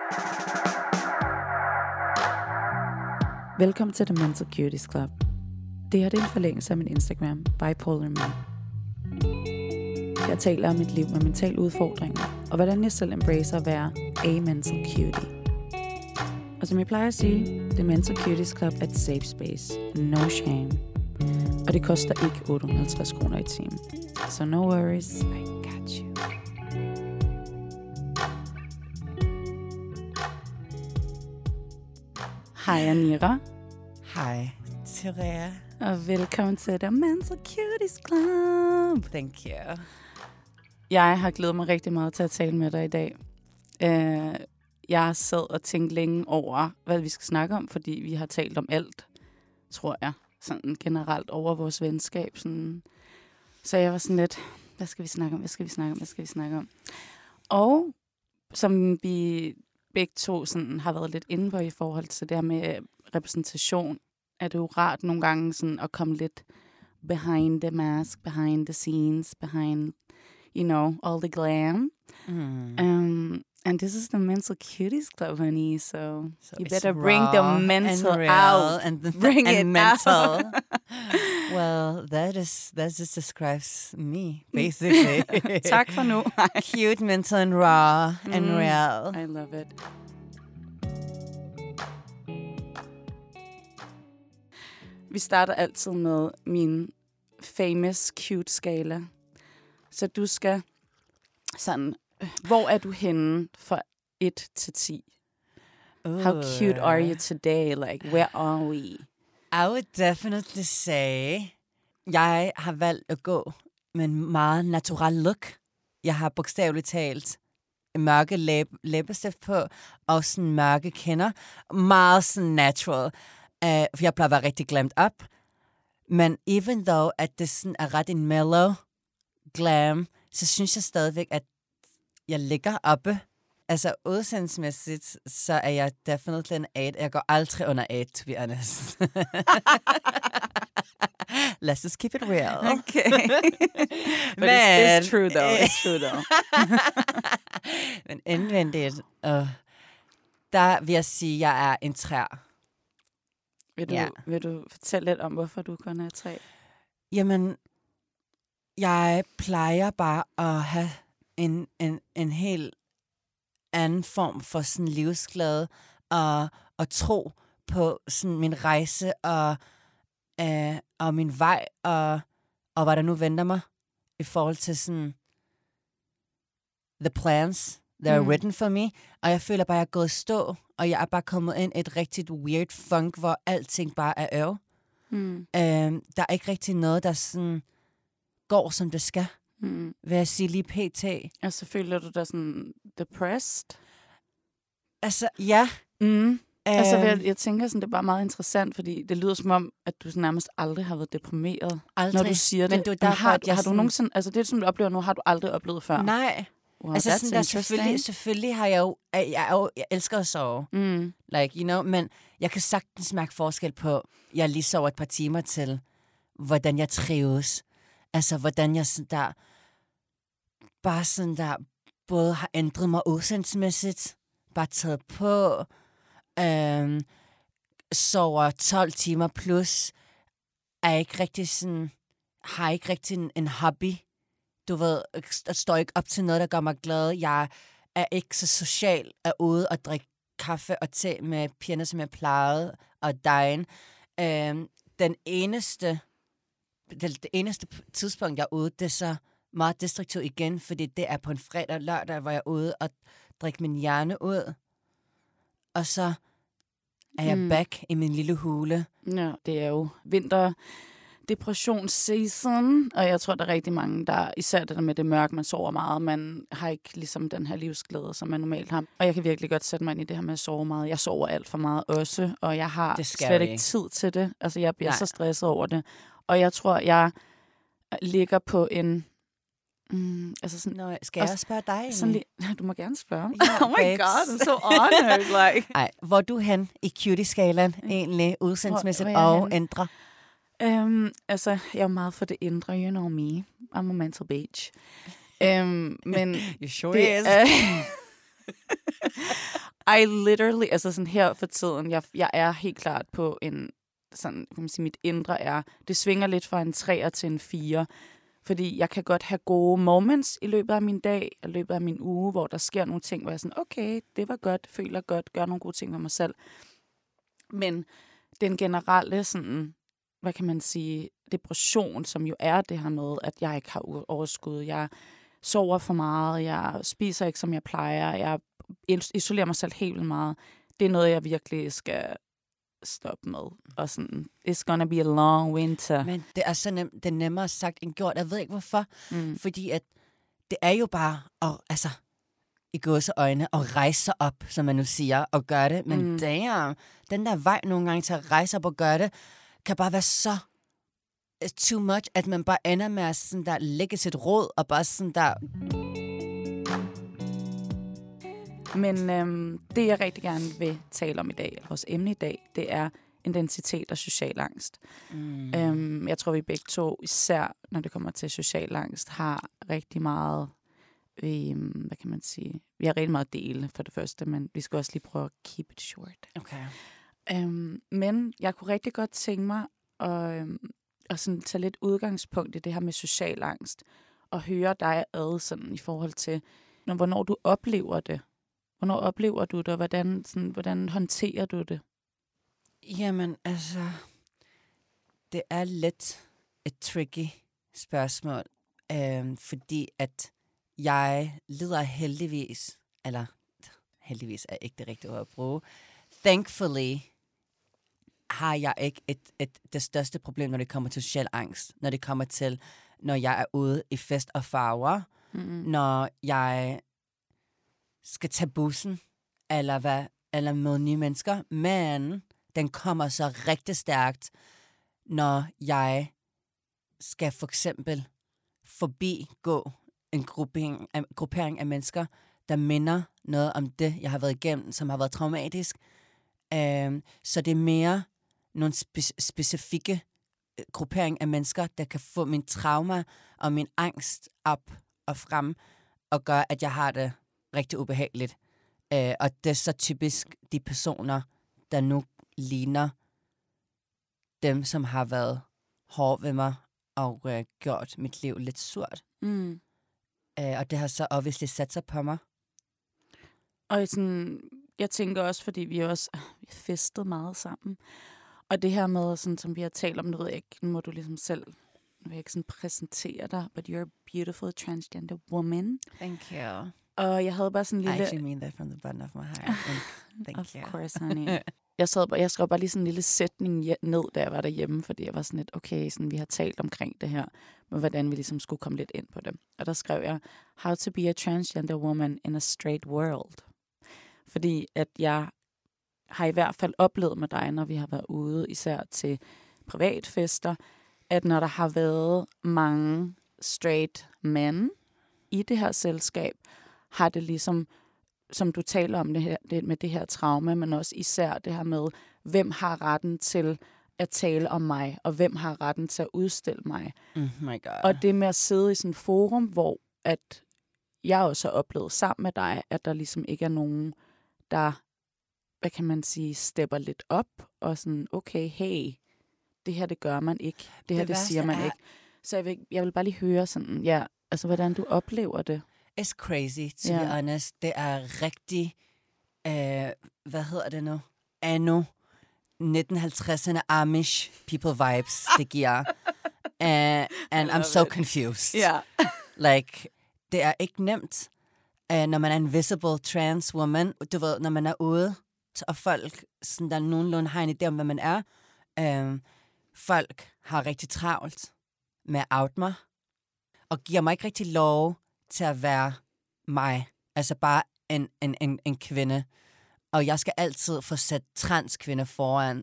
Velkommen til The Mental Cuties Club. Det her er en forlængelse af min Instagram, Bipolar Me. Jeg taler om mit liv med mentale udfordringer, og hvordan jeg selv embracer at være a mental cutie. Og som jeg plejer at sige, The Mental Cuties Club er et safe space, no shame. Og det koster ikke 850 kroner i timen. So no worries, I got you. Hej Anira. Hej, Therea. Og velkommen til The Mental Cuties Club. Thank you. Jeg har glædet mig rigtig meget til at tale med dig i dag. Jeg sad og tænkte længe over, hvad vi skal snakke om, fordi vi har talt om alt, tror jeg. Sådan generelt over vores venskab. Sådan. Så jeg var sådan lidt, hvad skal vi snakke om? Og som vi begge to sådan, har været lidt inde på i forhold til det her med repræsentation, er det jo rart nogle gange sådan, at komme lidt behind the mask, behind the scenes, behind, you know, all the glam. And this is the Mental Cuties Club, honey, so you better bring the mental out. Bring it mental. Out. Well, that just describes me, basically. Tak for nu. Cute, mental, and raw, and real. I love it. Vi starter altid med min famous cute skala. Så du skal sådan, hvor er du henne fra 1 til 10? How cute are you today? Like, where are we? I would definitely say, jeg har valgt at gå med en meget natural look. Jeg har bogstaveligt talt mørke læbestift på, og sådan mørke kinder. Meget sådan natural. For jeg plejer at være rigtig glammed op. Men even though, at det sådan er ret en mellow glam, så synes jeg stadigvæk, at jeg ligger oppe. Altså udseendsmæssigt, så er jeg definitely en 8. Jeg går aldrig under 8, to be honest. Let's just keep it real. Okay. But it's true though. Men indvendigt, der vil jeg sige, at jeg er en 3. Vil du fortælle lidt om, hvorfor du kun er 3? Jamen, jeg plejer bare at have en helt anden form for sådan livsglæde og tro på sådan min rejse og min vej og hvad der nu venter mig i forhold til sådan the plans that are written for me. Og jeg føler bare, at jeg er gået i stå, og jeg er bare kommet ind i et rigtig weird funk, hvor alting bare er øv. Der er ikke rigtig noget, der sådan går, som det skal. Vil jeg sige lige pt. Og så føler du dig sådan depressed? Altså, ja. Altså, jeg tænker sådan, det er bare meget interessant, fordi det lyder som om, at du nærmest aldrig har været deprimeret, når du siger det. Men det er har du nogensinde, altså det, som du oplever nu, har du aldrig oplevet før? Nej. Wow, altså sådan der, selvfølgelig har jeg elsker at sove. Like, you know, men jeg kan sagtens mærke forskel på, jeg lige sover et par timer til, hvordan jeg trives. Altså, hvordan jeg sådan der, bare sådan der, både har ændret mig udsendsmæssigt, bare taget på, sover 12 timer plus, er ikke rigtig sådan, har ikke rigtig en hobby. Du ved, jeg står ikke op til noget, der gør mig glad. Jeg er ikke så social at ude og drikke kaffe og te med pigerne, som jeg plejede, og dejen. Det eneste tidspunkt, jeg er ude, det er så meget destruktivt igen, fordi det er på en fredag og lørdag, hvor jeg er ude og drikker min hjerne ud. Og så er jeg back i min lille hule. Ja, det er jo vinterdepressionsseason, og jeg tror, der er rigtig mange, der især det der med det mørke, man sover meget, man har ikke ligesom den her livsglæde, som man normalt har. Og jeg kan virkelig godt sætte mig ind i det her med at sove meget. Jeg sover alt for meget også, og jeg har slet ikke tid til det. Altså, jeg bliver så stresset over det. Og jeg tror, jeg ligger på en... altså sådan, skal jeg spørge dig? Sådan du må gerne spørge. Yeah, oh my god, I'm so honored. Like. Ej, hvor er du hen i cutie-skalaen egentlig, udsendsmæssigt og ændre? Altså, jeg er meget for det indre, you know me. I'm a mental bitch. Men you sure is. I literally, altså sådan her for tiden, jeg er helt klart på en, sådan, kan man sige, mit indre er, det svinger lidt fra en 3 til en 4, fordi jeg kan godt have gode moments i løbet af min dag, i løbet af min uge, hvor der sker nogle ting, hvor jeg er sådan, okay, det var godt, føler godt, gør nogle gode ting for mig selv. Men den generelle, sådan, hvad kan man sige, depression, som jo er det her med, at jeg ikke har overskud, jeg sover for meget, jeg spiser ikke, som jeg plejer, jeg isolerer mig selv helt vildt meget. Det er noget, jeg virkelig skal stoppe med. Og sådan, it's gonna be a long winter. Men det er så nemt, det er nemmere sagt end gjort. Jeg ved ikke hvorfor. Fordi at det er jo bare at, altså, i gåseøjne, at rejse sig op, som man nu siger, og gøre det. Men damn, den der vej nogle gange til at rejse op og gøre det, kan bare være så too much, at man bare ender med at sådan der lægge sit råd, og bare sådan der... Men det, jeg rigtig gerne vil tale om i dag, vores emne i dag, det er identitet og social angst. Jeg tror, vi begge to, især når det kommer til social angst, har rigtig meget, hvad kan man sige, vi har rigtig meget at dele for det første, men vi skal også lige prøve at keep it short. Okay. Men jeg kunne rigtig godt tænke mig at sådan tage lidt udgangspunkt i det her med social angst, og høre dig ad sådan i forhold til, hvornår du oplever det. Hvornår oplever du det, og hvordan håndterer du det? Jamen, altså, det er lidt et tricky spørgsmål, fordi at jeg lider heldigvis er ikke det rigtige ord at bruge, thankfully har jeg ikke det største problem, når det kommer til social angst, når det kommer til, når jeg er ude i fest og farver, når jeg skal tage bussen, eller møde nye mennesker, men den kommer så rigtig stærkt, når jeg skal for eksempel forbigå en gruppering af mennesker, der minder noget om det, jeg har været igennem, som har været traumatisk. Så det er mere nogle specifikke gruppering af mennesker, der kan få min trauma og min angst op og frem, og gøre, at jeg har det rigtig ubehageligt. Og det er så typisk de personer, der nu ligner dem, som har været hårde ved mig og gjort mit liv lidt surt. Og det har så obviously sat sig på mig. Og sådan, jeg tænker også, fordi vi har festet meget sammen. Og det her med, sådan, som vi har talt om, nu ved jeg ikke, nu må du ligesom selv, nu vil jeg ikke sådan præsentere dig, but you're a beautiful transgender woman. Thank you. Og jeg havde bare sådan en lille... I actually mean that from the bottom of my heart. Thank of you. Of course, honey. Jeg skrev bare lige sådan en lille sætning ned, da jeg var derhjemme, fordi jeg var sådan lidt, okay, sådan, vi har talt omkring det her, men hvordan vi ligesom skulle komme lidt ind på det. Og der skrev jeg, how to be a transgender woman in a straight world. Fordi at jeg har i hvert fald oplevet med dig, når vi har været ude, især til privatfester, at når der har været mange straight mænd i det her selskab, har det ligesom, som du taler om det med det her traume, men også især det her med, hvem har retten til at tale om mig, og hvem har retten til at udstille mig. Oh my God. Og det med at sidde i sådan et forum, hvor at jeg også har oplevet sammen med dig, at der ligesom ikke er nogen, der, hvad kan man sige, stepper lidt op, og sådan, okay, hey, det her, det gør man ikke. Det her, det siger man ikke. Så jeg vil bare lige høre sådan, ja, altså, hvordan du oplever det. It's crazy, to be honest. Det er rigtig, hvad hedder det nu? Anno 1950'erne Amish people vibes, det giver. And I'm so confused. Yeah. Like, det er ikke nemt, når man er en visible trans woman. Du ved, når man er ude, og folk, sådan, der nogenlunde har en idé om, hvad man er. Folk har rigtig travlt med at out mig, og giver mig ikke rigtig lov til at være mig. Altså bare en kvinde. Og jeg skal altid få sat transkvinder foran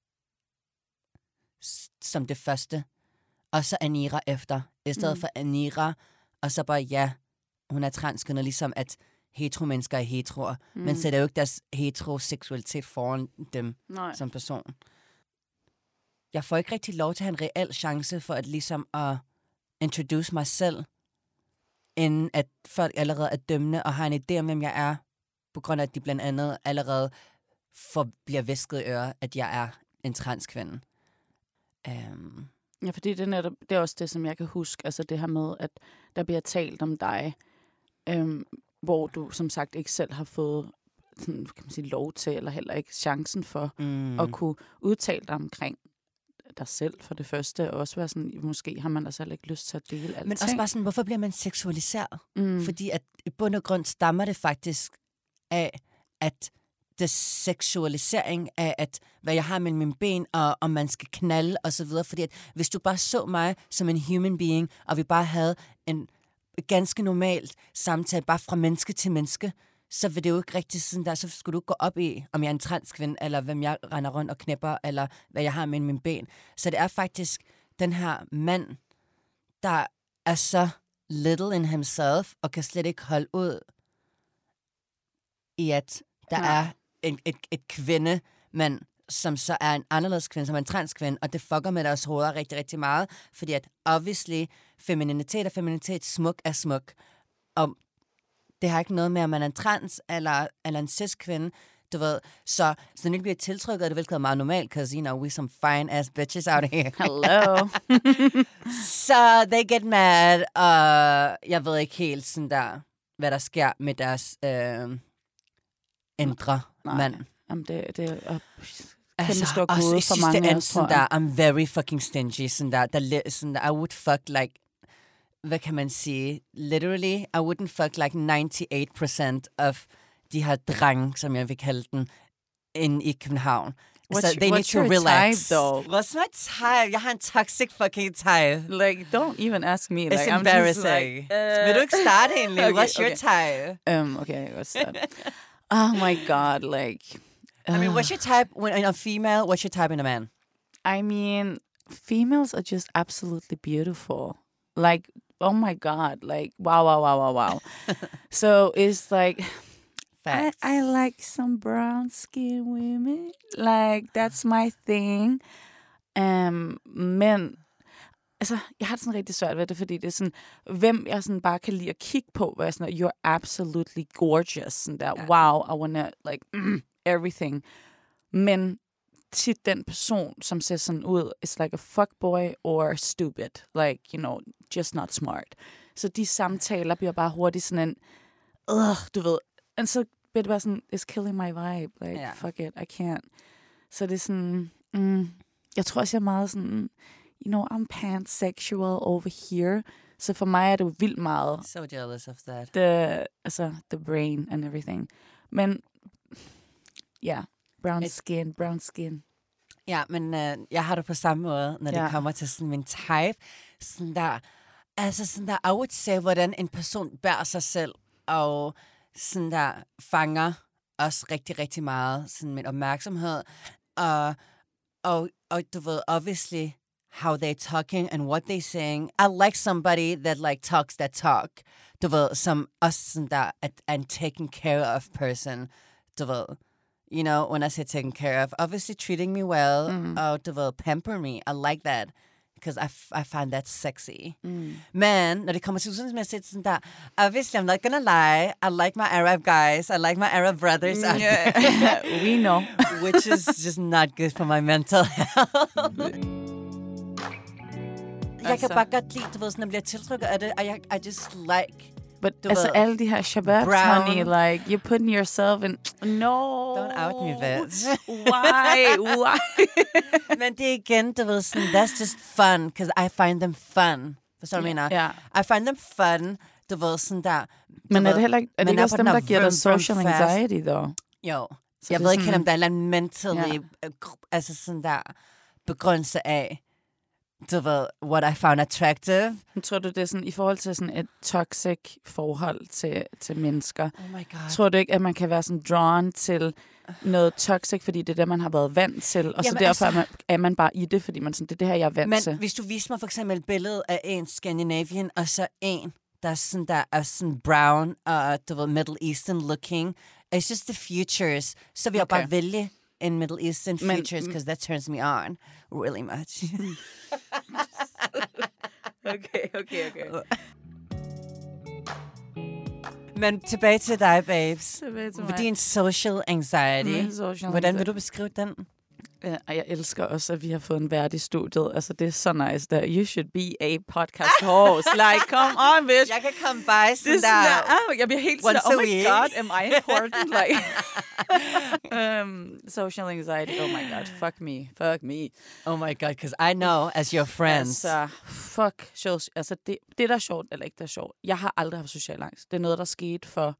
som det første. Og så Anira efter. I stedet for Anira. Og så bare, ja, hun er transkvinder, ligesom at heteromennesker er heteroer. Men sætter jo ikke deres heteroseksualitet foran dem som person. Jeg får ikke rigtig lov til at have en reel chance for at ligesom at introduce mig selv, inden at folk allerede er dømmende og har en idé om, hvem jeg er, på grund af, at de blandt andet allerede bliver væsket i ører, at jeg er en transkvinde. Ja, fordi det er også det, som jeg kan huske. Altså det her med, at der bliver talt om dig, hvor du som sagt ikke selv har fået sådan, kan man sige, lov til, eller heller ikke chancen for at kunne udtale dig omkring dig selv for det første, og også være sådan, måske har man da selv ikke lyst til at dele alt. Men også bare sådan, hvorfor bliver man seksualiseret? Fordi at i bund og grund stammer det faktisk af, at det seksualisering af, at hvad jeg har mellem mine ben, og om man skal knalde og så videre. Fordi at hvis du bare så mig som en human being, og vi bare havde en ganske normalt samtale, bare fra menneske til menneske, så vil det jo ikke rigtig sådan der, så skulle du gå op i, om jeg er en transkvinde, eller hvem jeg render rundt og knæpper, eller hvad jeg har mellem mine ben. Så det er faktisk den her mand, der er så little in himself, og kan slet ikke holde ud i, at der er et kvindemand, som så er en anderledes kvinde, som er en transkvinde, og det fucker med deres hoveder rigtig, rigtig meget, fordi at obviously feminitet, smuk er smuk, og det har ikke noget med, om man er en trans eller en cis-kvinde, du ved. Så når det bliver tiltrykket, er det vel meget normalt, because, you know, we some fine-ass bitches out here. Hello. Så they get mad, og jeg ved ikke helt sådan der, hvad der sker med deres indre mand. Jamen, det er altså, stor gode for mange af os, tror jeg. I'm very fucking stingy. Sådan der, I would fuck like, hvad kan man sige? Literally, I wouldn't fuck like 98% of de her drenge, som jeg vil kalde den, inde i København. What's your type, though? What's my type? Jeg har en toxic fucking type. Like, don't even ask me. It's like, embarrassing. Vil du ikke starte egentlig? Okay, What's your type? Okay, I will start. Oh my God, like... I mean, what's your type when in a female? What's your type in a man? I mean, females are just absolutely beautiful. Like, oh my God, like, wow. So it's like... I like some brown skin women. Like, that's my thing. Men, altså, jeg har det sådan rigtig svært ved det, fordi det er sådan, hvem jeg sådan bare kan lide at kigge på, hvor jeg sådan, you're absolutely gorgeous. Sådan der, wow, I wanna, like, everything. Men tit den person, som ser sådan ud, is like a fuckboy or stupid. Like, you know, just not smart. Så de samtaler bliver bare hurtigt sådan en, du ved, og så bliver det bare sådan, it's killing my vibe. Like, fuck it, I can't. Så det er sådan, jeg tror også, jeg er meget sådan, you know, I'm pansexual over here. Så for mig er det jo vildt meget. So jealous of that. The brain and everything. Men, ja, brown skin. Ja, men jeg har det på samme måde, når det kommer til sådan min type. Sådan der, I would say, hvordan en person bærer sig selv, og sådan der fanger også rigtig, rigtig meget sådan min opmærksomhed. Og du ved, obviously, how they're talking and what they're saying. I like somebody that like talks that talk. Du ved, som også sådan der, and taken care of person. Du ved, you know, when I say taken care of, obviously treating me well, og du ved, pamper me. I like that. Because I find that sexy. Men når det kommer til udsendelsesmæssigt, sådan der, obviously I'm not gonna lie, I like my Arab guys, I like my Arab brothers. We know. Which is just not good for my mental health. Jeg kan bare godt lide, du ved, sådan, at bliver tiltrykket af det, og I just like... But altså alle de her shababs, honey, like, you're putting yourself in... No! Don't out me, bitch. Why? Men det er igen, du ved, sådan, that's just fun, because I find them fun. Forstår du, mener? Yeah. I find them fun, du ved, sådan der... Men er det heller ikke, er det ikke også dem, der giver dig social anxiety, though? Jo. Så jeg ved ikke, om der er en eller anden mentally, altså sådan der, begrundelse af, du ved, what I found attractive. Tror du, det er sådan, i forhold til sådan et toxic forhold til mennesker? Oh my God. Tror du ikke, at man kan være sådan drawn til noget toxic, fordi det er det, man har været vant til, og så derfor er man bare i det, fordi man sådan, det er det her, jeg er vant til. Men hvis du viser mig for eksempel et billede af en Scandinavian, og så en, der er sådan brown, og du ved, Middle Eastern looking, it's just the futures. Så vil jeg bare vælge in Middle Eastern futures, because that turns me on really much. Okay. Men tilbage til dig, babes. Tilbage til For mig. din social anxiety. Social Hvordan vil du beskrive den? Ja, og jeg elsker også, at vi har fået en vært i studiet. Altså, det er så nice der. You should be a podcast host. Like, come on, bitch. Jeg kan komme by sådan Det er sådan der, jeg bliver helt sådan, once oh a my week. god, am I important? Like, social anxiety, oh my god, fuck me. Oh my god, because I know, as your friends. Altså, fuck shows. Altså, det der er sjovt, eller ikke der er sjovt. Jeg har aldrig haft social angst. Det er noget, der skete for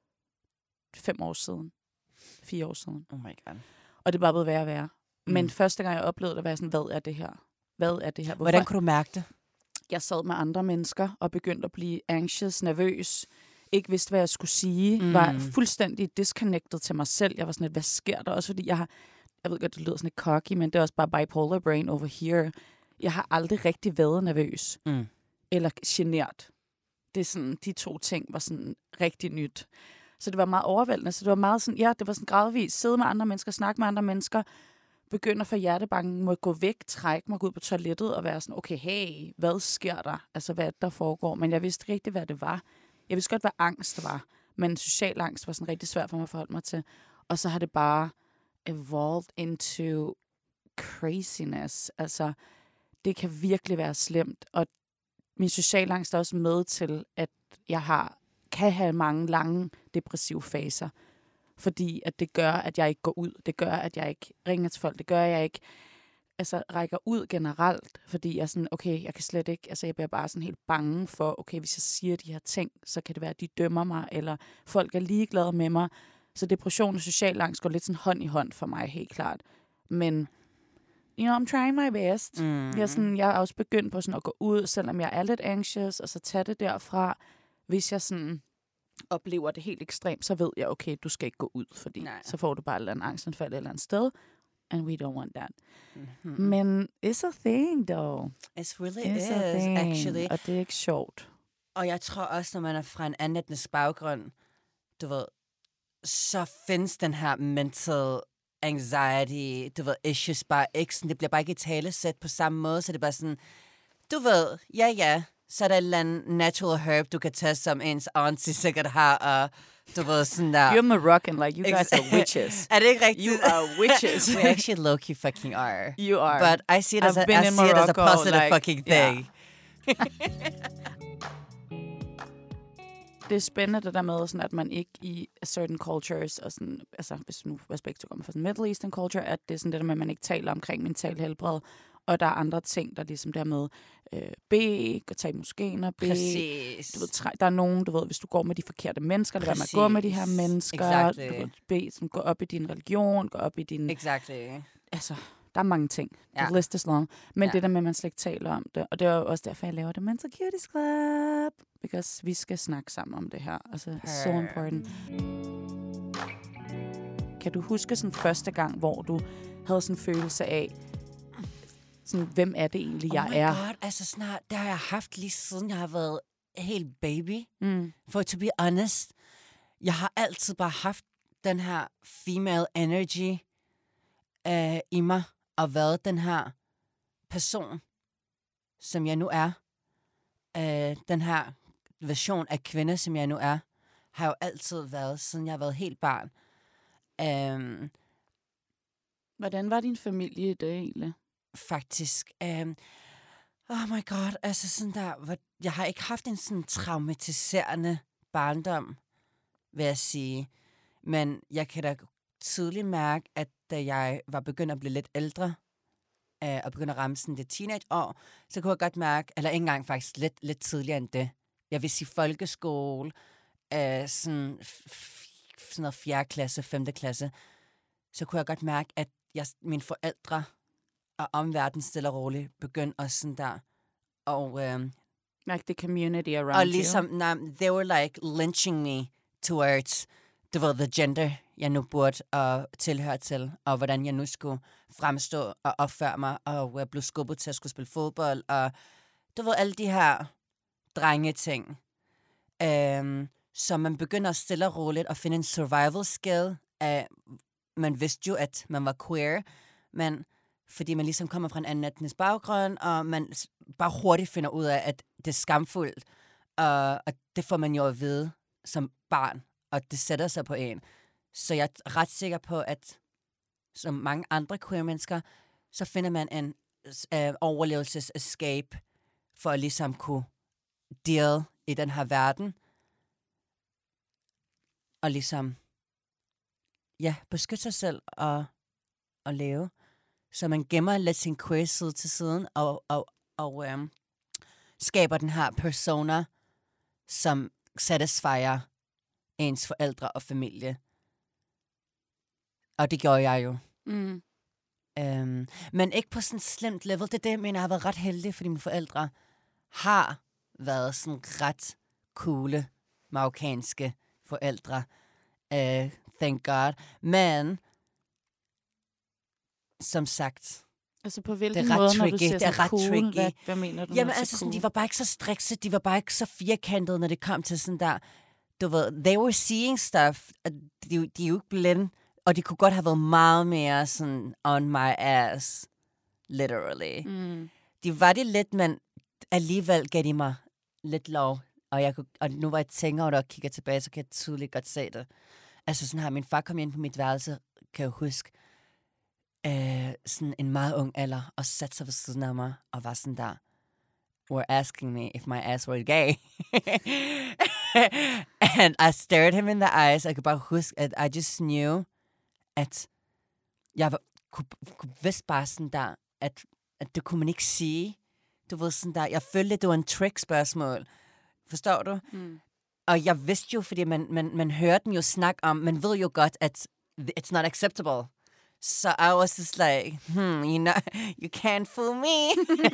5 år siden. 4 år siden. Oh my god. Og det er bare blevet værre og værre. Men første gang, jeg oplevede det, var jeg sådan, hvad er det her? Hvad er det her? Hvorfor? Hvordan kunne du mærke det? Jeg sad med andre mennesker og begyndte at blive anxious, nervøs. Ikke vidste, hvad jeg skulle sige. Var fuldstændig disconnected til mig selv. Jeg var sådan lidt, hvad sker der? Også fordi jeg ved godt, det lyder sådan lidt cocky, men det er også bare bipolar brain over here. Jeg har aldrig rigtig været nervøs. Eller genert. Det er sådan, de 2 ting var sådan rigtig nyt. Så det var meget overvældende. Så det var meget sådan, ja, det var sådan gradvist. Sidde med andre mennesker, snakke med andre mennesker, begynder for hjertebanken, må gå væk, trække mig, gå ud på toilettet og være sådan, okay, hey, hvad sker der? Altså, hvad der foregår? Men jeg vidste ikke rigtig, hvad det var. Jeg vidste godt, hvad angst var, men social angst var sådan rigtig svært for mig at forholde mig til. Og så har det bare evolved into craziness. Altså, det kan virkelig være slemt. Og min social angst er også med til, at jeg kan have mange lange depressive faser. Fordi at det gør, at jeg ikke går ud. Det gør, at jeg ikke ringer til folk. Det gør, at jeg ikke rækker ud generelt. Fordi jeg er sådan, okay, jeg kan slet ikke... Altså, jeg bliver bare sådan helt bange for, okay, hvis jeg siger de her ting, så kan det være, at de dømmer mig, eller folk er ligeglade med mig. Så depression og social angst går lidt sådan hånd i hånd for mig, helt klart. Men, you know, I'm trying my best. Jeg er også begyndt på sådan at gå ud, selvom jeg er lidt anxious, og så tage det derfra. Hvis jeg sådan oplever det helt ekstremt, så ved jeg, okay, du skal ikke gå ud, fordi så får du bare et eller andet angstanfald et eller andet sted, and we don't want that. Men it's a thing, though. It really is, actually. Og det er ikke sjovt. Og jeg tror også, når man er fra en anden etnisk baggrund, du ved, så findes den her mental anxiety, du ved, issues bare ikke sådan, det bliver bare ikke i talesæt på samme måde, så det er bare sådan, du ved, ja, så er der et eller andet natural herb, du kan tage, som ens auntie sikkert har, og du ved sådan der... You're Moroccan, like you guys are witches. Er det ikke rigtigt? You are witches. We actually low-key fucking are. You are. But I see it as a positive like, fucking thing. Yeah. Det er spændende det der med, sådan, at man ikke i certain cultures, og sådan, altså hvis nu respekt kommer fra sådan Middle Eastern culture, at det er sådan det der med, at man ikke taler omkring mental helbred, og der er andre ting, der ligesom der med bede, og tage moskeen og bede. Præcis. Du ved, der er nogen, du ved, hvis du går med de forkerte mennesker, lad være med at gå med de her mennesker. Exactly. Du ved, bede, sådan, gå op i din religion, gå op i din... Exactly. Altså, der er mange ting. The list is long. Men det der med, at man slet ikke taler om det, og det er jo også derfor, jeg laver det Mental Cuties Club. Because vi skal snakke sammen om det her. Altså, so important. Kan du huske sådan første gang, hvor du havde sådan en følelse af, sådan, hvem er det egentlig, jeg er? Oh my god, altså snart, det har jeg haft lige siden jeg har været helt baby. For to be honest, jeg har altid bare haft den her female energy i mig, og været den her person, som jeg nu er. Den her version af kvinde, som jeg nu er, har jo altid været, siden jeg har været helt barn. Hvordan var din familie i det egentlig? Faktisk. Oh my god, altså sådan der, jeg har ikke haft en sådan traumatiserende barndom, vil jeg sige. Men jeg kan da tydeligt mærke, at da jeg var begyndt at blive lidt ældre, og begyndt at ramme sådan det teenageår, så kunne jeg godt mærke, eller ikke engang faktisk lidt tidligere end det. Jeg vil sige folkeskole, sådan noget 4. klasse, 5. klasse, så kunne jeg godt mærke, at mine forældre og omverdenen stille og roligt begyndte også sådan der, og like the community around og ligesom, they were like lynching me towards, du ved, the gender, jeg nu burde tilhøre til, og hvordan jeg nu skulle fremstå og opføre mig, og blive skubbet til at skulle spille fodbold, og du ved, alle de her drengeting. Så man begynder stille og roligt at finde en survival skill. Man vidste jo, at man var queer, men fordi man ligesom kommer fra en anden etnisk baggrund, og man bare hurtigt finder ud af, at det er skamfuldt, og det får man jo at vide som barn, og det sætter sig på en. Så jeg er ret sikker på, at som mange andre queer-mennesker, så finder man en overlevelses-escape for at ligesom kunne deal i den her verden. Og ligesom, beskytte sig selv og leve. Så man gemmer lidt sin queer-side til siden, og skaber den her persona, som satisfier ens forældre og familie. Og det gjorde jeg jo. Mm. Men ikke på sådan et slemt level. Det er det, jeg mener, jeg har været ret heldig, fordi mine forældre har været sådan ret coole, marokkanske forældre. Thank God. Men, som sagt, altså på hvilken det er ret måde, tricky. når du siger Det er ret cool, tricky. hvad mener du? Jamen altså, sådan, de var bare ikke så strikse, de var bare ikke så firkantede, når det kom til sådan der, du ved, they were seeing stuff, de er jo ikke blinde, og de kunne godt have været meget mere sådan on my ass, literally. Mm. De var det lidt, men alligevel gav de mig lidt lov, og nu hvor jeg tænker over det og kigger tilbage, så kan jeg tydeligt godt se det. Altså sådan her, min far kom ind på mit værelse, kan jeg huske, sådan en meget ung alder, og satte sig ved siden af mig, og var sådan der, were asking me if my ass were gay. And I stared him in the eyes. Jeg kunne bare huske, at I just knew, at jeg kunne vidste bare sådan der, at det kunne man ikke sige. Du ved sådan der, jeg følte, det var en trick-spørgsmål. Forstår du? Mm. Og jeg vidste jo, fordi man hørte den jo snakke om, man ved jo godt, at it's not acceptable. So I was just like, you know, you can't fool me.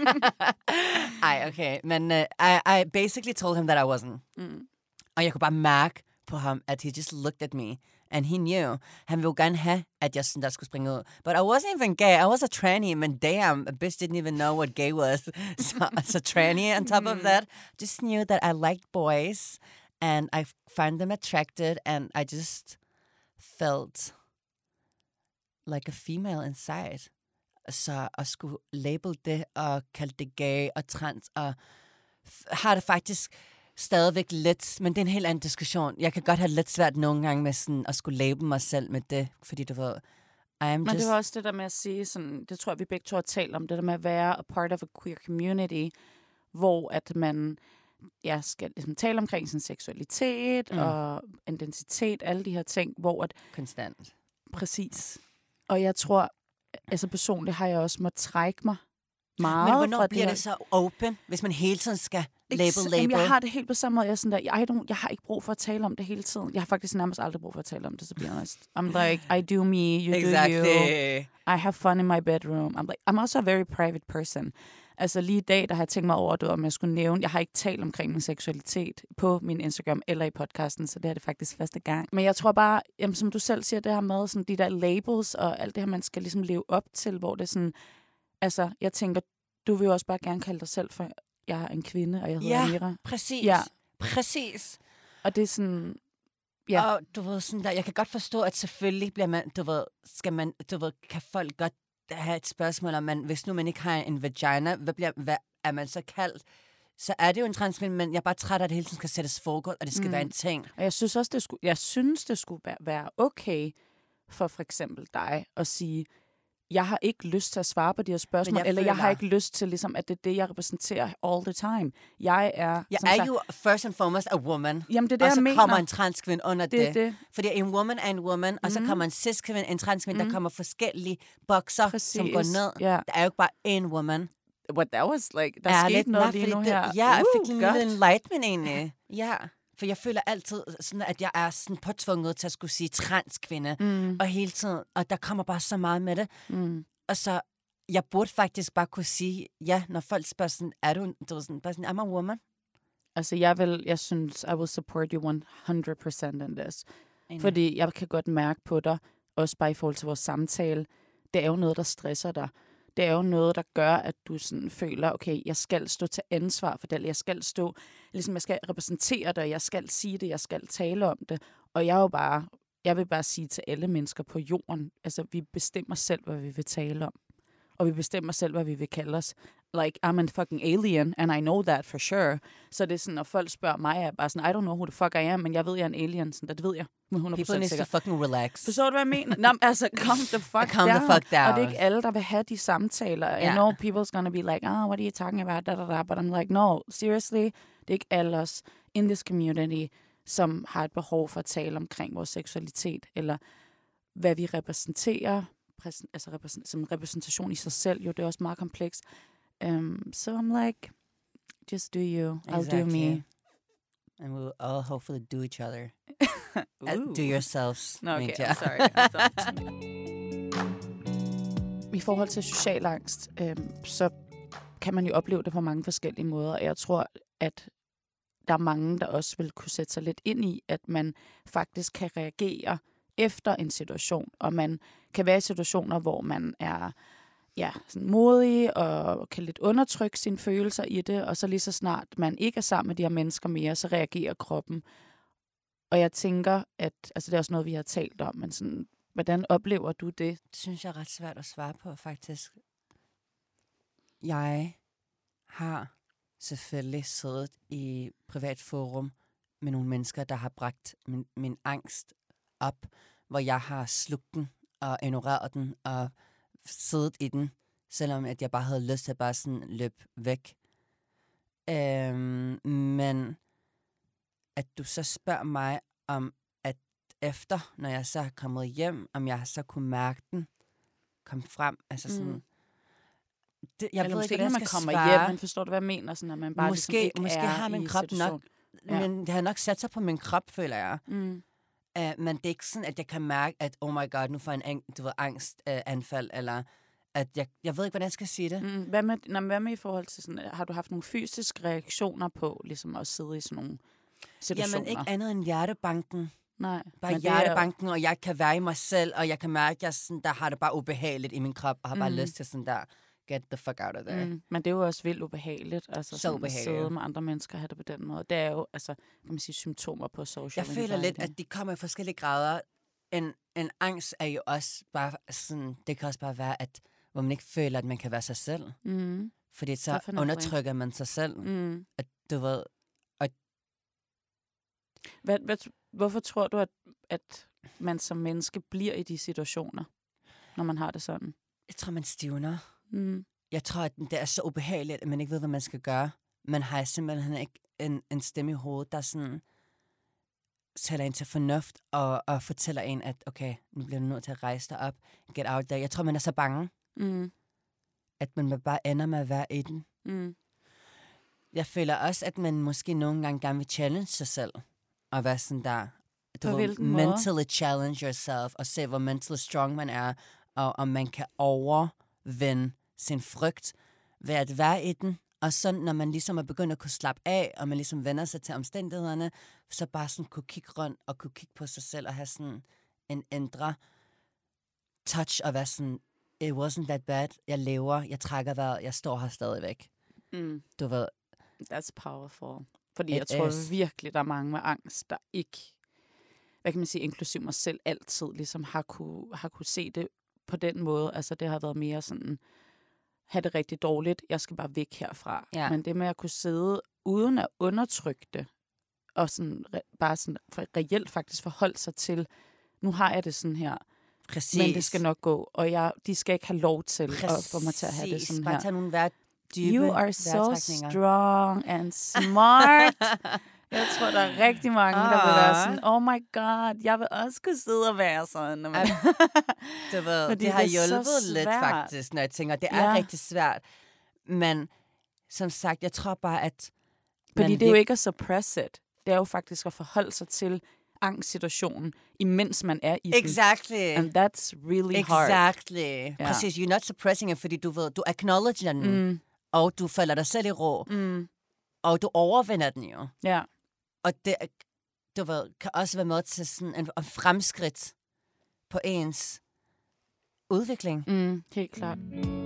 Okay. Men I basically told him that I wasn't. Mm. Og jeg kunne bare mærke på ham, at he just looked at me. And he knew. Han ville jo gerne have, at jeg sådan der skulle springe ud. But I wasn't even gay. I was a tranny. Men damn, a bitch didn't even know what gay was. So tranny on top of that. Just knew that I liked boys. And I found them attracted. And I just felt like a female inside. Så at skulle label det og kalde det gay og trans og har det faktisk stadigvæk lidt, men det er en helt anden diskussion. Jeg kan godt have lidt svært nogle gange med sådan at skulle label mig selv med det, fordi du ved, men det var også det der med at sige, sådan, det tror jeg, vi begge to har talt om, det der med at være a part of a queer community, hvor at man skal ligesom tale omkring sin seksualitet og identitet, alle de her ting, hvor at konstant. Præcis. Og jeg tror, altså personligt har jeg også måttet trække mig meget. Men hvornår fra bliver det så open, hvis man hele tiden skal label? Jeg har det helt på samme måde. Jeg har ikke brug for at tale om det hele tiden. Jeg har faktisk nærmest aldrig brug for at tale om det, så bliver jeg honest. I'm like, I do me, you do you. I have fun in my bedroom. I'm also a very private person. Altså lige i dag, der har jeg tænkt mig over, om jeg skulle nævne, jeg har ikke talt omkring min seksualitet på min Instagram eller i podcasten, så det er det faktisk første gang. Men jeg tror bare, jamen, som du selv siger, det her med sådan, de der labels og alt det her, man skal ligesom leve op til, hvor det er sådan, altså jeg tænker, du vil jo også bare gerne kalde dig selv for, jeg er en kvinde, og jeg hedder Amira. Præcis. Ja, præcis. Og det er sådan, ja. Og du ved sådan der, jeg kan godt forstå, at selvfølgelig bliver man, kan folk godt have et spørgsmål om, hvis nu man ikke har en vagina, hvad er man så kaldt? Så er det jo en transkvinde, men jeg er bare træt af, at det hele tiden skal sættes foregået, og det skal være en ting. Og jeg synes også, det skulle være okay for eksempel dig at sige, jeg har ikke lyst til at svare på de her spørgsmål, jeg har ikke lyst til, ligesom, at det er det, jeg repræsenterer all the time. Jeg er jo first and foremost a woman, jamen, det er det, og så jeg kommer en transkvinde under det. Fordi en woman er en woman, og så kommer en cis-kvinde, en transkvinde, der kommer forskellige bokser, som går ned. Der er jo ikke bare en woman. What that was like, der skete noget lige nu her. Ja, jeg fik en lille enlightenment egentlig. Ja. For jeg føler altid, sådan, at jeg er sådan påtvunget til at skulle sige transkvinde. Og hele tiden. Og der kommer bare så meget med det. Og så, jeg burde faktisk bare kunne sige, ja, når folk spørger sådan, er du sådan, bare sådan, I'm a woman. Altså, jeg synes, I will support you 100% in this. Fordi jeg kan godt mærke på dig, også bare i forhold til vores samtale, det er jo noget, der stresser dig. Det er jo noget, der gør, at du sådan føler, okay, jeg skal stå til ansvar for det, jeg skal stå, ligesom jeg skal repræsentere det, jeg skal sige det, jeg skal tale om det. Og jeg vil bare sige til alle mennesker på jorden, altså vi bestemmer selv, hvad vi vil tale om. Og vi bestemmer selv, hvad vi vil kalde os. like, I'm a fucking alien, and I know that for sure. Så det er sådan, når folk spørger mig, er bare sådan, I don't know who the fuck I am, men jeg ved, jeg er en alien. Sådan, det ved jeg. 100% People need to fucking relax. Forstår du, hvad jeg mener? Nå, altså, calm the fuck down. The fuck down. Og det er ikke alle, der vil have de samtaler. Yeah. I know people's gonna be like, what are you talking about? Da, da, da. But I'm like, no, seriously. Det er ikke alle os in this community, som har et behov for at tale omkring vores seksualitet, eller hvad vi repræsenterer, altså som repræsentation i sig selv. Jo, det er også meget komplekst. So I'm like, just do you. I'll do me. And we'll all hopefully do each other. Do yourselves. No, okay, I'm sorry. I forhold til social angst, så kan man jo opleve det på mange forskellige måder. Og jeg tror, at der er mange, der også vil kunne sætte sig lidt ind i, at man faktisk kan reagere efter en situation. Og man kan være i situationer, hvor man er sådan modig og kan lidt undertrykke sine følelser i det. Og så lige så snart man ikke er sammen med de her mennesker mere, så reagerer kroppen. Og jeg tænker, at altså det er også noget, vi har talt om, men sådan, hvordan oplever du det? Det synes jeg er ret svært at svare på, faktisk. Jeg har selvfølgelig siddet i privat forum med nogle mennesker, der har bragt min angst op, hvor jeg har slugt den og ignoreret den og siddet i den, selvom at jeg bare havde lyst til at bare sådan løbe væk. Men at du så spørger mig om, at efter, når jeg så er kommet hjem, om jeg så kunne mærke den komme frem, altså sådan... Det, jeg ved ikke, hvordan man kommer hjem, men forstår du, hvad jeg mener? Sådan, at man bare måske ligesom ikke er har min krop nok, men det har nok sat sig på min krop, føler jeg. Men det er ikke sådan, at jeg kan mærke, at oh my god, nu får jeg en angstanfald, eller at jeg ved ikke, hvordan jeg skal sige det. Hvad med i forhold til sådan, har du haft nogle fysiske reaktioner på, ligesom at sidde i sådan nogle situationer? Jamen ikke andet end hjertebanken. Nej. Bare hjertebanken, og jeg kan være i mig selv, og jeg kan mærke, at jeg sådan, der har det bare ubehageligt i min krop, og har bare lyst til sådan der, get the fuck out of there. Men det er jo også vildt ubehageligt. Altså, så ubehageligt. At sidde med andre mennesker og have det på den måde. Det er jo, altså, kan man sige, symptomer på social anxiety. Jeg føler lidt, at de kommer i forskellige grader. En angst er jo også bare sådan, det kan også bare være, at hvor man ikke føler, at man kan være sig selv. Fordi så undertrykker man sig selv. At du ved... Hvorfor tror du, at man som menneske bliver i de situationer, når man har det sådan? Jeg tror, man stivner. Jeg tror, at det er så ubehageligt, at man ikke ved, hvad man skal gøre. Man har simpelthen ikke en stemme i hovedet, der sådan taler en til fornuft og fortæller en, at okay, nu bliver du nødt til at rejse dig op, get out there. Jeg tror, man er så bange, at man bare ender med at være i den. Jeg føler også, at man måske nogle gange gerne vil challenge sig selv, og være sådan der, du ved, mentally challenge yourself, og se, hvor mentally strong man er, og om man kan overvinde sin frygt ved at være i den. Og så når man ligesom er begyndt at kunne slappe af, og man ligesom vender sig til omstændighederne, så bare sådan kunne kigge rundt, og kunne kigge på sig selv, og have sådan en indre touch, og være sådan, it wasn't that bad, jeg lever, jeg trækker vejret, jeg står her stadigvæk. Du ved. That's powerful. Fordi jeg tror virkelig, der er mange med angst, der ikke, hvad kan man sige, inklusiv mig selv, altid ligesom har kunne se det på den måde. Altså det har været mere sådan, have det rigtig dårligt, jeg skal bare væk herfra. Ja. Men det med at kunne sidde uden at undertrykke det, og sådan, bare sådan reelt faktisk forholde sig til, nu har jeg det sådan her, præcis. Men det skal nok gå, og de skal ikke have lov til at få mig til at have det sådan bare her. Tage nogle dybe You are so strong and smart. Jeg tror, der er rigtig mange, der vil være sådan, oh my god, jeg vil også kunne sidde og være sådan. Du ved, det har hjulpet lidt faktisk, når jeg tænker, det er rigtig svært. Men som sagt, jeg tror bare, at... Fordi det er jo ikke at suppress it. Det er jo faktisk at forholde sig til angstsituationen, imens man er i den. Exactly. And that's really hard. Exactly. Yeah. Præcis, you're not suppressing it, fordi du ved, du acknowledger den, og du falder dig selv i ro, og du overvinder den jo. Ja. Yeah. Og det, du ved, kan også være med til sådan en fremskridt på ens udvikling. Helt klart.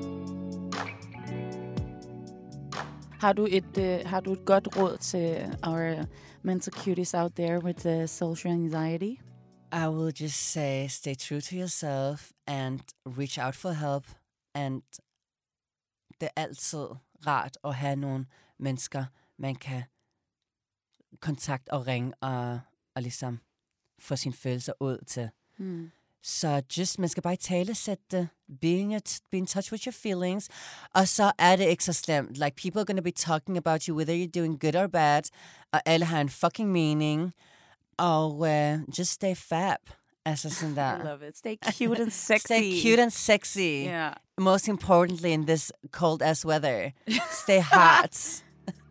Har du et godt råd til our mental cuties out there with the social anxiety? I will just say, stay true to yourself and reach out for help. And det er altid rart at have nogle mennesker, man kan kontakte og ringe og ligesom få sine følelser ud til. Så man skal bare talesætte det. Be in touch with your feelings. Og så er det ikke så slemt. Like, people are going to be talking about you, whether you're doing good or bad. Og alle har en fucking mening. Og just stay fab. Altså sådan der. I love it. Stay cute and sexy. Stay cute and sexy. Yeah. Most importantly in this cold ass weather. Stay hot.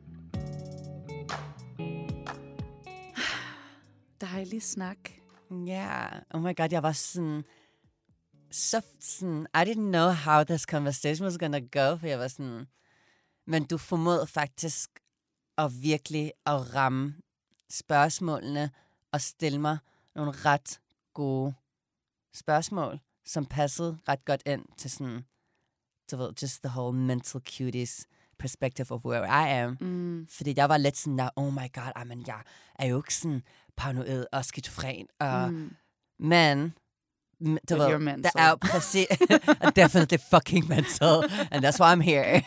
Dejlig snak. Yeah. Oh my god, jeg var sådan... I didn't know how this conversation was gonna go, for jeg var sådan... Men du formåede faktisk at virkelig at ramme spørgsmålene og stille mig nogle ret gode spørgsmål, som passede ret godt ind til sådan... Du ved, just the whole mental cuties perspective of where I am. Fordi jeg var lidt sådan der, oh my god, men jeg er jo ikke sådan paranoid og skizofren. Men, du ved, der er jo præcis, definitely fucking mental, and that's why I'm here.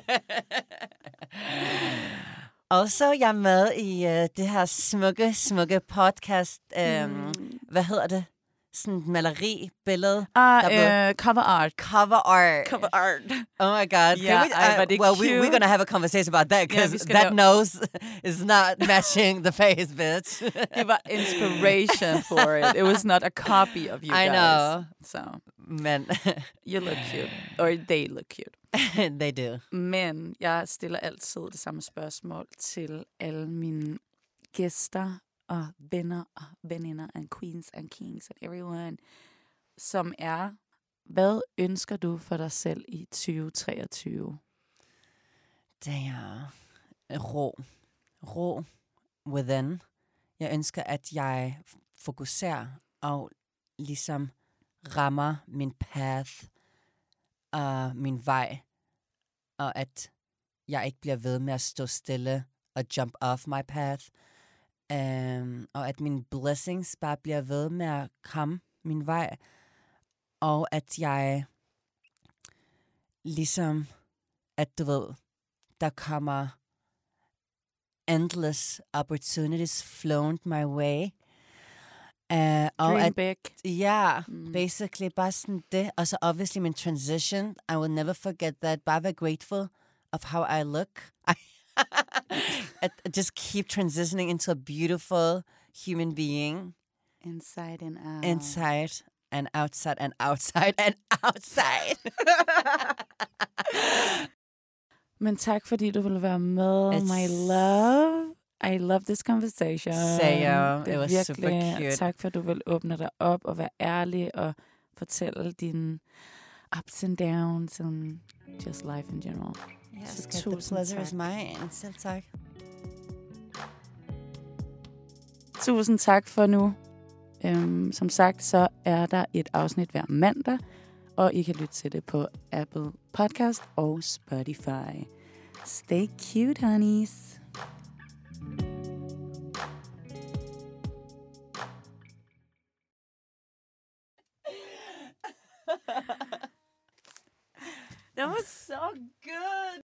Og så er jeg med i det her smukke podcast, hvad hedder det? Sådan et maleri, billede. Cover art. Cover art. Cover art. Oh my god. Yeah, we're going to have a conversation about that, because that nose is not matching the face, bitch. It was inspiration for it. It was not a copy of you guys. I know. So. Men. You look cute. Or they look cute. They do. Men jeg stiller altid det samme spørgsmål til alle mine gæster og venner og veninder and queens and kings and everyone, som er, hvad ønsker du for dig selv i 2023? Det er ro within. Jeg ønsker, at jeg fokuserer og ligesom rammer min path og min vej, og at jeg ikke bliver ved med at stå stille og jump off my path. Og at mine blessings bare bliver ved med at komme min vej. Og at jeg ligesom, at du ved, der kommer endless opportunities flown my way. Dream big. Ja, basically bare sådan det. Og så obviously min transition, I will never forget that. Bare være grateful of how I look. I just keep transitioning into a beautiful human being. Inside and out. Inside and outside and outside and outside. Men tak, fordi du ville være med, my love. I love this conversation. Sayo, it was virkelig, super cute. Tak, for du vil åbne dig op og være ærlig og fortælle dine ups and downs and just life in general. Yes, the pleasure is mine. Selv tak. Tusind tak for nu. Som sagt, så er der et afsnit hver mandag, og I kan lytte til det på Apple Podcast og Spotify. Stay cute, honeys. That was so good.